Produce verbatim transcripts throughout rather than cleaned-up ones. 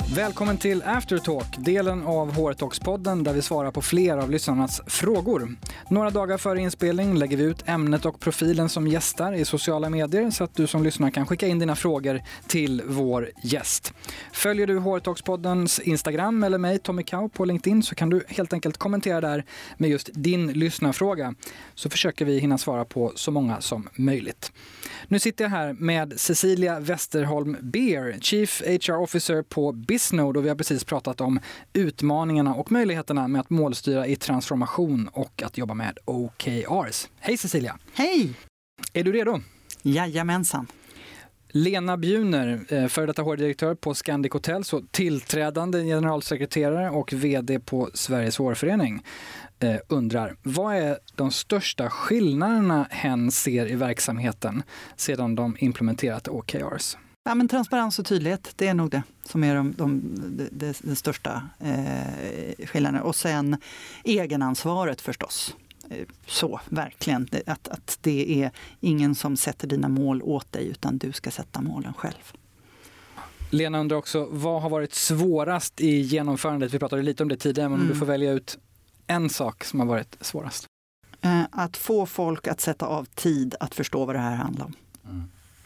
Välkommen till Aftertalk, delen av H R Talks-podden där vi svarar på fler av lyssnarnas frågor. Några dagar före inspelning lägger vi ut ämnet och profilen som gästar i sociala medier så att du som lyssnar kan skicka in dina frågor till vår gäst. Följer du H R Talks-poddens Instagram eller mig, Tommy Kau, på LinkedIn så kan du helt enkelt kommentera där med just din lyssnarfråga så försöker vi hinna svara på så många som möjligt. Nu sitter jag här med Cecilia Westerholm Beer, Chief H R Officer på Bisnode och vi har precis pratat om utmaningarna och möjligheterna med att målstyra i transformation och att jobba med O K Rs. Hej Cecilia! Hej! Är du redo? Jajamensan. Lena Bjuner, före detta H R-direktör på Scandic Hotels och tillträdande generalsekreterare och vd på Sveriges H R-förening, undrar, vad är de största skillnaderna hen ser i verksamheten sedan de implementerat O K Rs? Ja, men transparens och tydlighet, det är nog det som är de, de, de, de, de största eh, skillnaderna. Och sen egenansvaret förstås. Så, verkligen. Att, att det är ingen som sätter dina mål åt dig utan du ska sätta målen själv. Lena undrar också, vad har varit svårast i genomförandet? Vi pratade lite om det tidigare, men mm. du får välja ut en sak som har varit svårast. Att få folk att sätta av tid att förstå vad det här handlar om. Mm.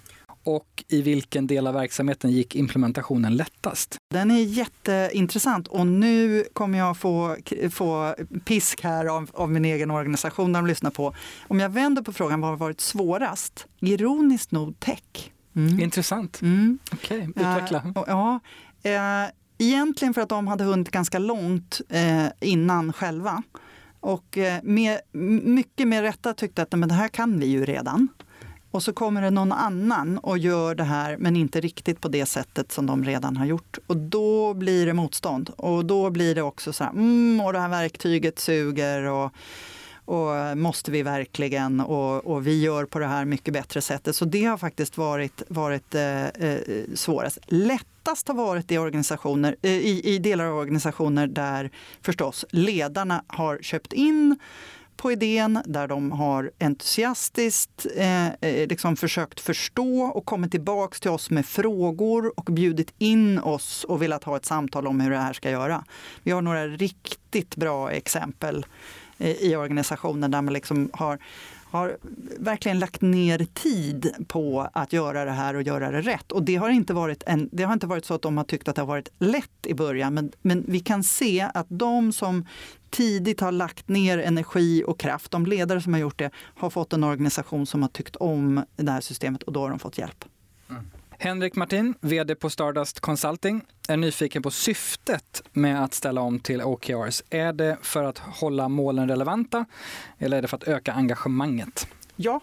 Och i vilken del av verksamheten gick implementationen lättast? Den är jätteintressant och nu kommer jag få, få pisk här av, av min egen organisation när de lyssnar på. Om jag vänder på frågan, vad har varit svårast? Ironiskt nog tech. Mm. Intressant. Mm. Okej, okay, utveckla. Uh, ja, uh, egentligen för att de hade hunnit ganska långt uh, innan själva. Och uh, med, mycket med rätta tyckte att men det här kan vi ju redan. Och så kommer det någon annan och gör det här men inte riktigt på det sättet som de redan har gjort. Och då blir det motstånd. Och då blir det också så här, mm, och det här verktyget suger och, och måste vi verkligen och, och vi gör på det här mycket bättre sättet. Så det har faktiskt varit, varit eh, eh, svårast. Lättast har varit i, organisationer, eh, i, i delar av organisationer där förstås ledarna har köpt in på idén, där de har entusiastiskt eh, liksom försökt förstå och kommit tillbaka till oss med frågor och bjudit in oss och velat ha ett samtal om hur det här ska göra. Vi har några riktigt bra exempel eh, i organisationen där man liksom har, har verkligen lagt ner tid på att göra det här och göra det rätt. Och det har inte varit, en, det har inte varit så att de har tyckt att det har varit lätt i början, men, men vi kan se att de som tidigt har lagt ner energi och kraft, de ledare som har gjort det, har fått en organisation som har tyckt om det här systemet och då har de fått hjälp. Mm. Henrik Martin, vd på Stardust Consulting, är nyfiken på syftet med att ställa om till O K Rs. Är det för att hålla målen relevanta eller är det för att öka engagemanget? Ja.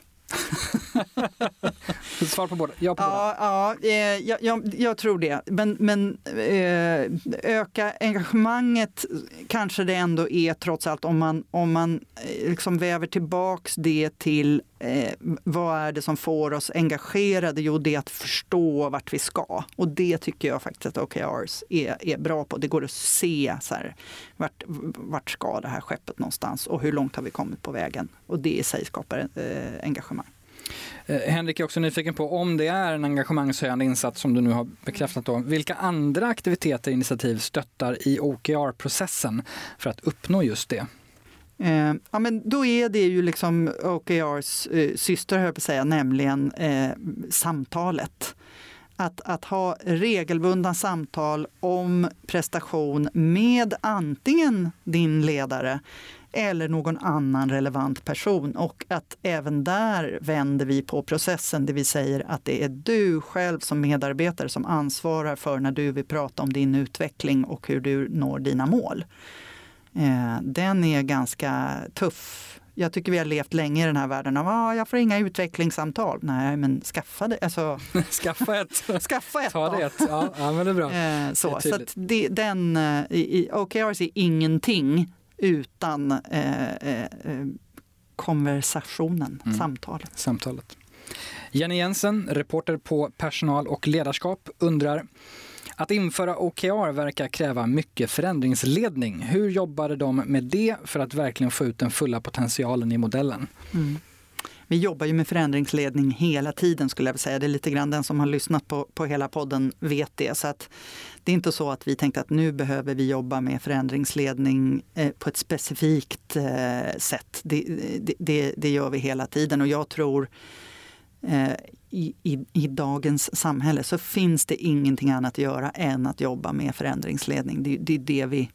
Svar på båda. Ja, på ja, ja eh, jag, jag, jag tror det. Men, men eh, öka engagemanget kanske det ändå är trots allt om man, om man eh, liksom väver tillbaks det till eh, vad är det som får oss engagerade? Jo, det är att förstå vart vi ska. Och det tycker jag faktiskt att O K Rs är, är bra på. Det går att se så här, vart, vart ska det här skeppet någonstans och hur långt har vi kommit på vägen. Och det i sig skapar eh, engagemang. Henrik är också nyfiken på om det är en engagemangshöjande insats som du nu har bekräftat då. Vilka andra aktiviteter och initiativ stöttar i O K R-processen för att uppnå just det? Eh, ja, men då är det ju liksom O K Rs eh, syster, höll jag på att säga, nämligen eh, samtalet. Att, att ha regelbundna samtal om prestation med antingen din ledare eller någon annan relevant person. Och att även där vänder vi på processen, det vill säga att det är du själv som medarbetare som ansvarar för när du vill prata om din utveckling och hur du når dina mål. Eh, den är ganska tuff. Jag tycker vi har levt länge i den här världen av ah, jag får inga utvecklingssamtal. Nej, men skaffa det. Alltså, skaffa ett. skaffa ett. Ta det ett. Ja, ja, men det är bra. Eh, så det är så att det, den, i, i O K Rs är ingenting utan eh, eh, konversationen, mm. samtalet. Samtalet. Jenny Jensen, reporter på Personal och ledarskap, undrar: att införa O K R verkar kräva mycket förändringsledning. Hur jobbade de med det för att verkligen få ut den fulla potentialen i modellen? Mm. vi jobbar ju med förändringsledning hela tiden skulle jag vilja säga. Det är lite grann den som har lyssnat på, på hela podden vet det. Så att det är inte så att vi tänkte att nu behöver vi jobba med förändringsledning eh, på ett specifikt eh, sätt. Det, det, det, det gör vi hela tiden och jag tror eh, i, i, i dagens samhälle så finns det ingenting annat att göra än att jobba med förändringsledning. Det, det är det vi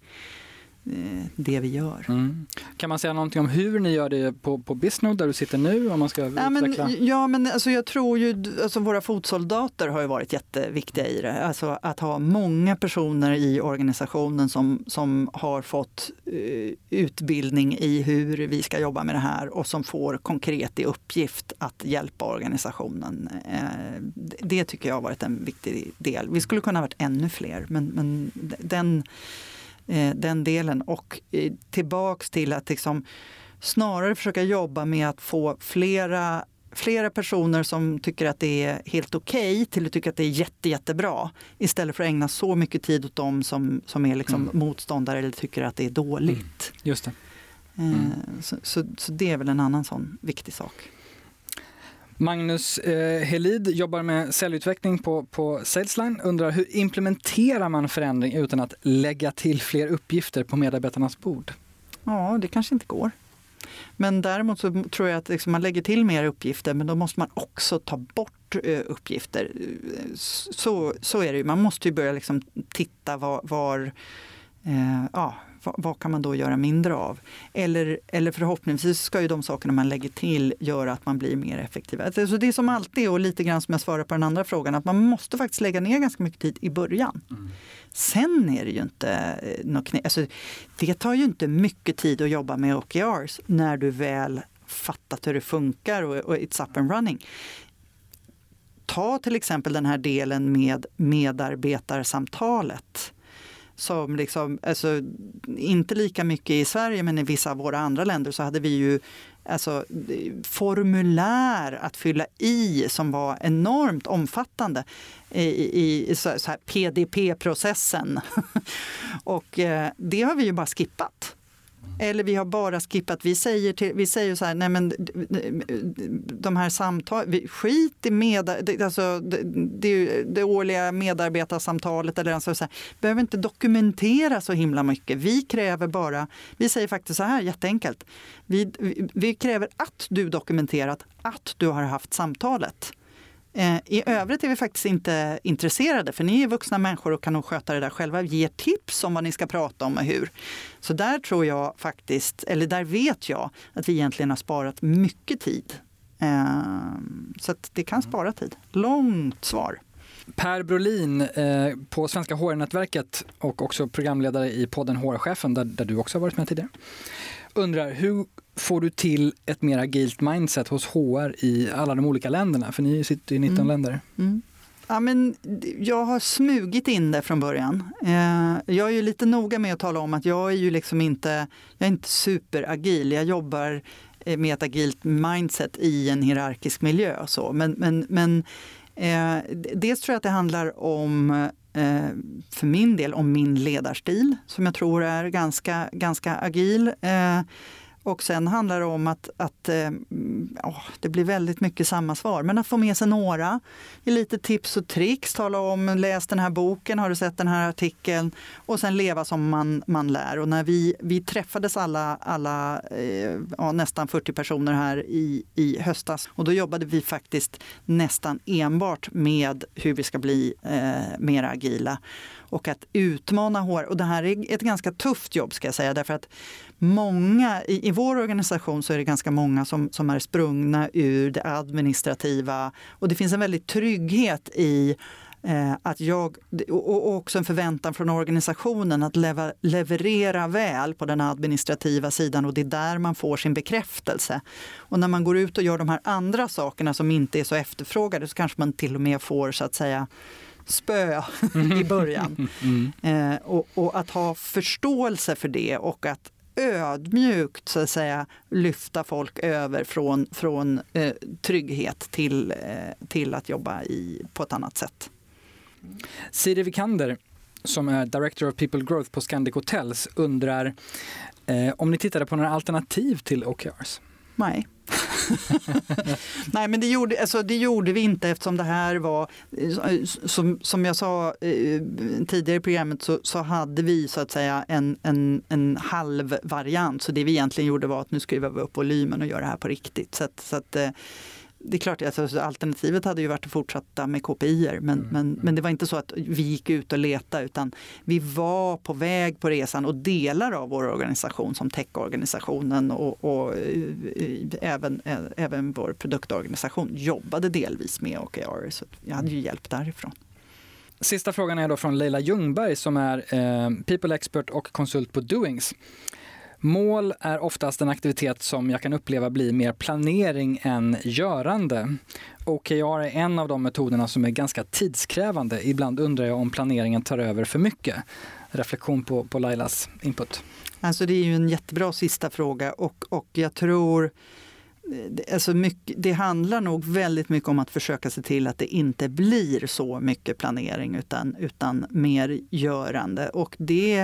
det vi gör. Mm. Kan man säga någonting om hur ni gör det på, på Bisnode där du sitter nu? Om man ska ja, men, ja, men alltså jag tror ju, alltså våra fotsoldater har ju varit jätteviktiga i det. Alltså att ha många personer i organisationen som, som har fått uh, utbildning i hur vi ska jobba med det här och som får konkret i uppgift att hjälpa organisationen. Uh, det tycker jag har varit en viktig del. Vi skulle kunna ha varit ännu fler, men, men den den delen och tillbaks till att liksom snarare försöka jobba med att få flera, flera personer som tycker att det är helt okej okay, till att tycka att det är jätte, jättebra istället för att ägna så mycket tid åt dem som, som är liksom mm. motståndare eller tycker att det är dåligt. Mm. Just det. Mm. Så, så, så det är väl en annan sån viktig sak. Magnus eh, Helid jobbar med säljutveckling på, på Salesline. Undrar hur implementerar man förändring utan att lägga till fler uppgifter på medarbetarnas bord? Ja, det kanske inte går. Men däremot så tror jag att liksom man lägger till mer uppgifter men då måste man också ta bort eh, uppgifter. Så, så är det ju. Man måste ju börja liksom titta var, var eh, ja, vad, vad kan man då göra mindre av? Eller, eller förhoppningsvis ska ju de sakerna man lägger till göra att man blir mer effektiv. Alltså det är som alltid och lite grann som jag svarar på den andra frågan att man måste faktiskt lägga ner ganska mycket tid i början. Mm. Sen är det ju inte något knä... alltså, det tar ju inte mycket tid att jobba med O K Rs när du väl fattat hur det funkar och, och it's up and running. Ta till exempel den här delen med medarbetarsamtalet. Som liksom, alltså, inte lika mycket i Sverige men i vissa av våra andra länder så hade vi ju alltså, formulär att fylla i som var enormt omfattande i, i så, så här P D P-processen. Och eh, det har vi ju bara skippat. Eller vi har bara skippat, vi säger, till, vi säger så här, nej men de här samtal, skit i med, alltså det, det, det årliga medarbetarsamtalet eller alltså så här, behöver inte dokumentera så himla mycket. Vi kräver bara, vi säger faktiskt så här jätteenkelt, vi, vi, vi kräver att du dokumenterat att du har haft samtalet. I övrigt är vi faktiskt inte intresserade för ni är vuxna människor och kan nog sköta det där själva. Vi ger tips om vad ni ska prata om och hur. Så där tror jag faktiskt, eller där vet jag att vi egentligen har sparat mycket tid. Så att det kan spara tid. Långt svar. Per Brolin eh, på Svenska H R-nätverket och också programledare i podden H R-chefen där, där du också har varit med tidigare. Undrar, hur får du till ett mer agilt mindset hos H R i alla de olika länderna? För ni sitter i nitton mm. länder. Mm. Ja, men jag har smugit in det från början. Jag är ju lite noga med att tala om att jag är ju liksom inte, jag är inte superagil. Jag jobbar med ett agilt mindset i en hierarkisk miljö och så. Men, men, men eh, dels tror jag att det handlar om eh, för min del om min ledarstil som jag tror är ganska, ganska agil. Eh, Och sen handlar det om att, att oh, det blir väldigt mycket samma svar. Men att få med sig några, ge lite tips och tricks, tala om, läs den här boken, har du sett den här artikeln? Och sen leva som man, man lär. Och när vi, vi träffades alla, alla eh, ja, nästan fyrtio personer här i, i höstas. Och då jobbade vi faktiskt nästan enbart med hur vi ska bli eh, mer agila. Och att utmana H R. Och det här är ett ganska tufft jobb ska jag säga. Därför att många, i, i vår organisation så är det ganska många som, som är sprungna ur det administrativa. Och det finns en väldigt trygghet i eh, att jag, och, och också en förväntan från organisationen att leva, leverera väl på den administrativa sidan. Och det är där man får sin bekräftelse. Och när man går ut och gör de här andra sakerna som inte är så efterfrågade så kanske man till och med får så att säga spö i början. Mm. Eh, och, och att ha förståelse för det och att ödmjukt så att säga lyfta folk över från, från eh, trygghet till, eh, till att jobba i, på ett annat sätt. Siri Vikander som är Director of People Growth på Scandic Hotels undrar eh, om ni tittade på några alternativ till O K Rs? Nej. Nej, men det gjorde, alltså, det gjorde vi inte eftersom det här var, som, som jag sa eh, tidigare i programmet så, så hade vi så att säga en, en, en halv variant. Så det vi egentligen gjorde var att nu skruva vi upp volymen och göra det här på riktigt. Så att, så att eh, det är klart, alltså, alternativet hade ju varit att fortsätta med K P I-er, men, mm. men, men det var inte så att vi gick ut och letade, utan vi var på väg på resan och delar av vår organisation som tech-organisationen och, och även, även vår produktorganisation jobbade delvis med O K R, så jag hade ju hjälp därifrån. Sista frågan är då från Leila Ljungberg som är eh, People Expert och konsult på Doings. Mål är oftast en aktivitet som jag kan uppleva blir mer planering än görande. O K R är en av de metoderna som är ganska tidskrävande. Ibland undrar jag om planeringen tar över för mycket. Reflektion på, på Lailas input. Alltså det är ju en jättebra sista fråga och, och jag tror alltså mycket, det handlar nog väldigt mycket om att försöka se till att det inte blir så mycket planering utan, utan mer görande. Och det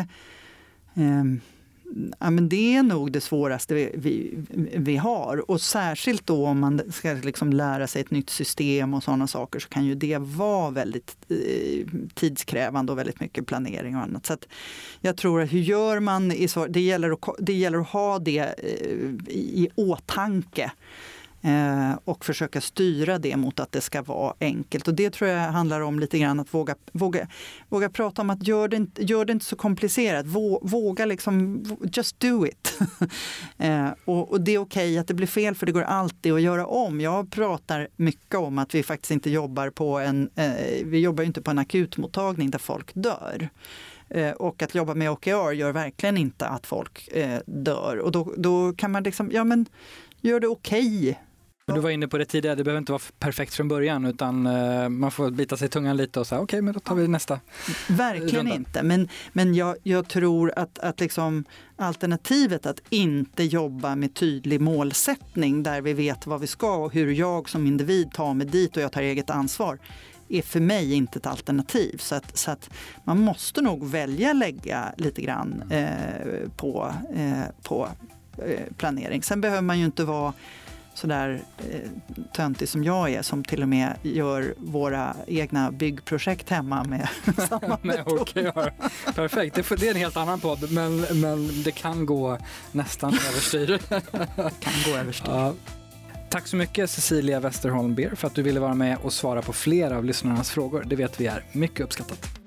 eh, Ja, men det är nog det svåraste vi, vi, vi har. Och särskilt då om man ska liksom lära sig ett nytt system och sådana saker så kan ju det vara väldigt eh, tidskrävande och väldigt mycket planering och annat. Så att jag tror att hur gör man i så, det gäller att, det gäller att ha det eh, i åtanke. Eh, och försöka styra det mot att det ska vara enkelt. Och det tror jag handlar om lite grann att våga, våga, våga prata om att gör det inte, gör det inte så komplicerat. Våga liksom, just do it. eh, och, och det är okej att det blir fel för det går alltid att göra om. Jag pratar mycket om att vi faktiskt inte jobbar på en, eh, vi jobbar inte på en akutmottagning där folk dör. Eh, och att jobba med O K R gör verkligen inte att folk eh, dör. Och då, då kan man liksom, ja men gör det okej. Du var inne på det tidigare, det behöver inte vara perfekt från början utan uh, man får bita sig i tungan lite och säga okej, okay, men då tar vi nästa. Verkligen runda. Inte, men, men jag, jag tror att, att liksom alternativet att inte jobba med tydlig målsättning där vi vet vad vi ska och hur jag som individ tar mig dit och jag tar eget ansvar är för mig inte ett alternativ. Så att, så att man måste nog välja lägga lite grann eh, på, eh, på eh, planering. Sen behöver man ju inte vara så där eh, töntig som jag är som till och med gör våra egna byggprojekt hemma med samma metod. Okay, ja. Perfekt, det, det är en helt annan podd men, men det kan gå nästan överstyr. kan gå överstyr. Ja. Tack så mycket Cecilia Westerholm Beer för att du ville vara med och svara på flera av lyssnarnas frågor. Det vet vi är mycket uppskattat.